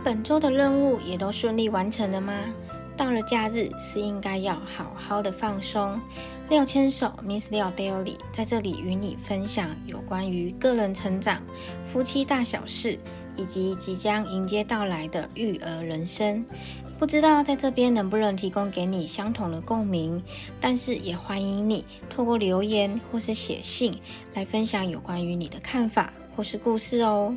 本周的任务也都顺利完成了吗？到了假日是应该要好好的放松。廖牵手 Miss 廖 Daily 在这里与你分享有关于个人成长、夫妻大小事，以及即将迎接到来的育儿人生。不知道在这边能不能提供给你相同的共鸣，但是也欢迎你透过留言或是写信来分享有关于你的看法或是故事哦。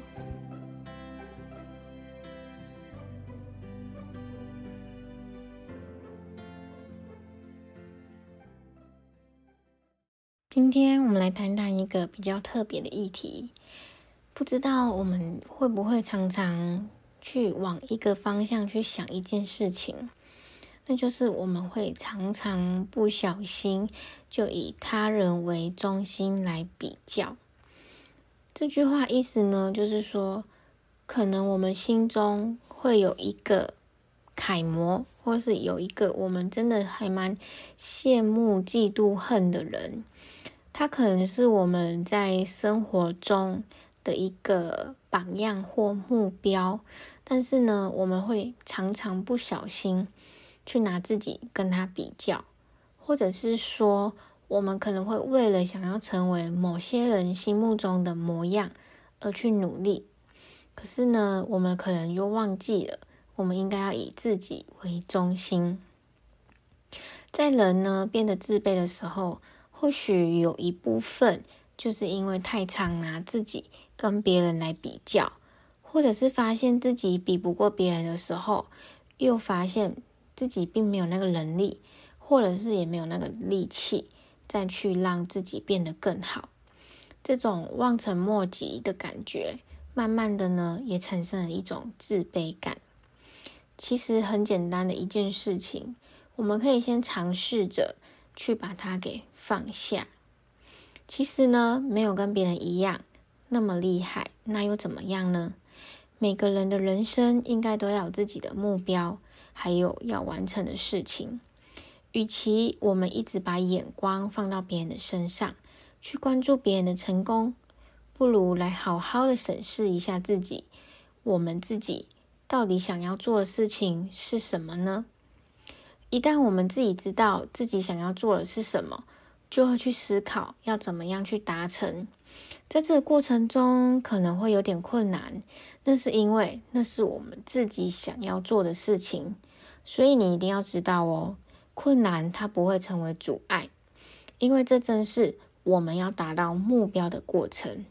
今天我们来谈谈一个比较特别的议题，不知道我们会不会常常去往一个方向去想一件事情，那就是我们会常常不小心就以他人为中心来比较。这句话意思呢，就是说可能我们心中会有一个楷模，或是有一个我们真的还蛮羡慕、嫉妒、恨的人，他可能是我们在生活中的一个榜样或目标，但是呢，我们会常常不小心去拿自己跟他比较，或者是说我们可能会为了想要成为某些人心目中的模样而去努力，可是呢，我们可能又忘记了我们应该要以自己为中心。在人呢变得自卑的时候，或许有一部分就是因为太常拿自己跟别人来比较，或者是发现自己比不过别人的时候，又发现自己并没有那个能力，或者是也没有那个力气再去让自己变得更好。这种望尘莫及的感觉，慢慢的呢也产生了一种自卑感。其实很简单的一件事情，我们可以先尝试着去把它给放下。其实呢，没有跟别人一样那么厉害，那又怎么样呢？每个人的人生应该都要有自己的目标，还有要完成的事情。与其我们一直把眼光放到别人的身上，去关注别人的成功，不如来好好的审视一下自己，我们自己到底想要做的事情是什么呢？一旦我们自己知道自己想要做的是什么，就会去思考要怎么样去达成。在这个过程中可能会有点困难，那是因为那是我们自己想要做的事情，所以你一定要知道哦，困难它不会成为阻碍，因为这正是我们要达到目标的过程。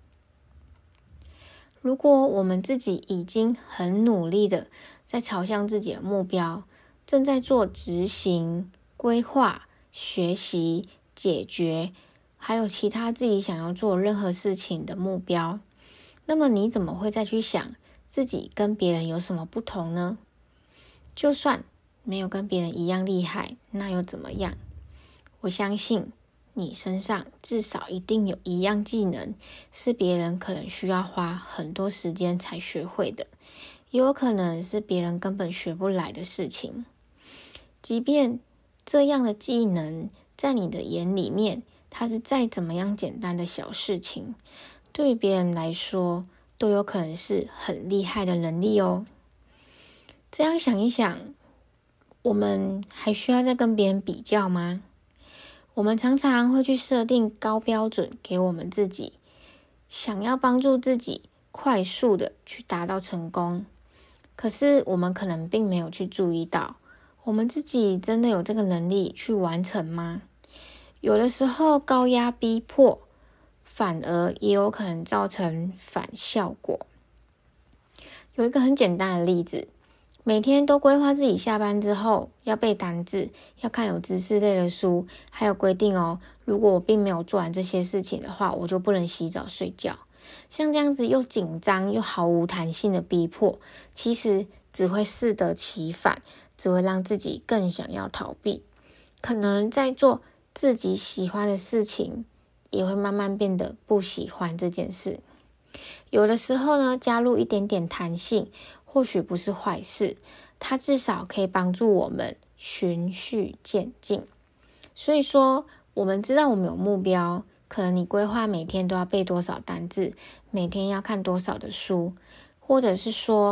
如果我们自己已经很努力的在朝向自己的目标，正在做执行、规划、学习、解决，还有其他自己想要做任何事情的目标，那么你怎么会再去想自己跟别人有什么不同呢？就算没有跟别人一样厉害，那又怎么样？我相信你身上至少一定有一样技能，是别人可能需要花很多时间才学会的，也有可能是别人根本学不来的事情。即便这样的技能在你的眼里面，它是再怎么样简单的小事情，对于别人来说都有可能是很厉害的能力哦。这样想一想，我们还需要再跟别人比较吗？我们常常会去设定高标准给我们自己，想要帮助自己快速的去达到成功，可是我们可能并没有去注意到，我们自己真的有这个能力去完成吗？有的时候高压逼迫，反而也有可能造成反效果。有一个很简单的例子，每天都规划自己下班之后要背单字，要看有知识类的书，还有规定哦，如果我并没有做完这些事情的话，我就不能洗澡睡觉。像这样子又紧张又毫无弹性的逼迫，其实只会适得其反，只会让自己更想要逃避。可能在做自己喜欢的事情，也会慢慢变得不喜欢这件事。有的时候呢，加入一点点弹性，或许不是坏事，它至少可以帮助我们循序渐进。所以说，我们知道我们有目标，可能你规划每天都要背多少单字，每天要看多少的书，或者是说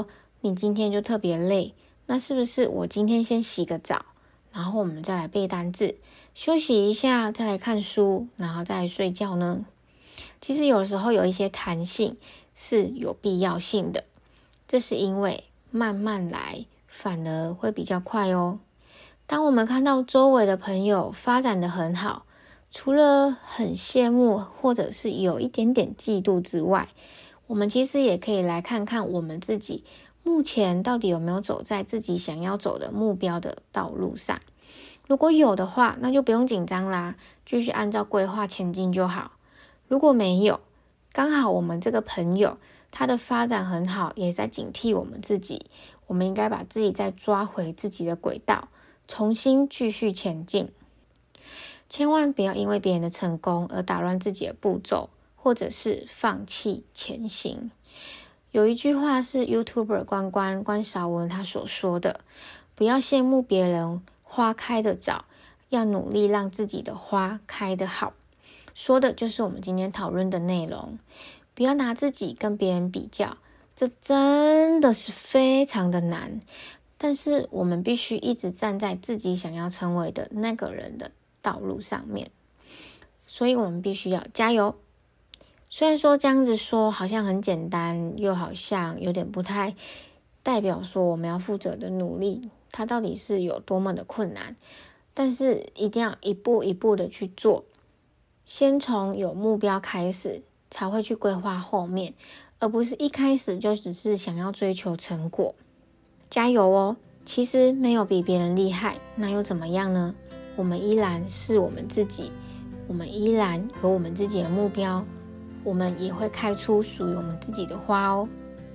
你今天就特别累，那是不是我今天先洗个澡，然后我们再来背单字，休息一下再来看书，然后再来睡觉呢？其实有时候有一些弹性是有必要性的，这是因为慢慢来反而会比较快哦。当我们看到周围的朋友发展得很好，除了很羡慕或者是有一点点嫉妒之外，我们其实也可以来看看我们自己目前到底有没有走在自己想要走的目标的道路上。如果有的话，那就不用紧张啦，继续按照规划前进就好。如果没有，刚好我们这个朋友他的发展很好，也在警惕我们自己，我们应该把自己再抓回自己的轨道，重新继续前进。千万不要因为别人的成功而打乱自己的步骤，或者是放弃前行。有一句话是 YouTuber 关韶文他所说的，不要羡慕别人花开得早，要努力让自己的花开得好。说的就是我们今天讨论的内容。不要拿自己跟别人比较，这真的是非常的难，但是我们必须一直站在自己想要成为的那个人的道路上面，所以我们必须要加油。虽然说这样子说好像很简单，又好像有点不太代表说我们要负责的努力它到底是有多么的困难，但是一定要一步一步的去做，先从有目标开始，才会去规划后面，而不是一开始就只是想要追求成果。加油哦！其实没有比别人厉害，那又怎么样呢？我们依然是我们自己，我们依然有我们自己的目标，我们也会开出属于我们自己的花哦。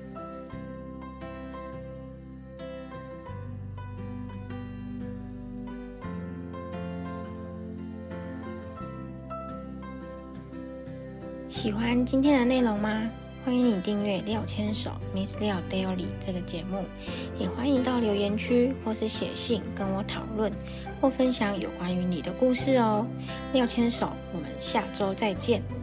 喜欢今天的内容吗？欢迎你订阅廖牵手 Miss 廖 Daily 这个节目，也欢迎到留言区或是写信跟我讨论或分享有关于你的故事哦。廖牵手，我们下周再见。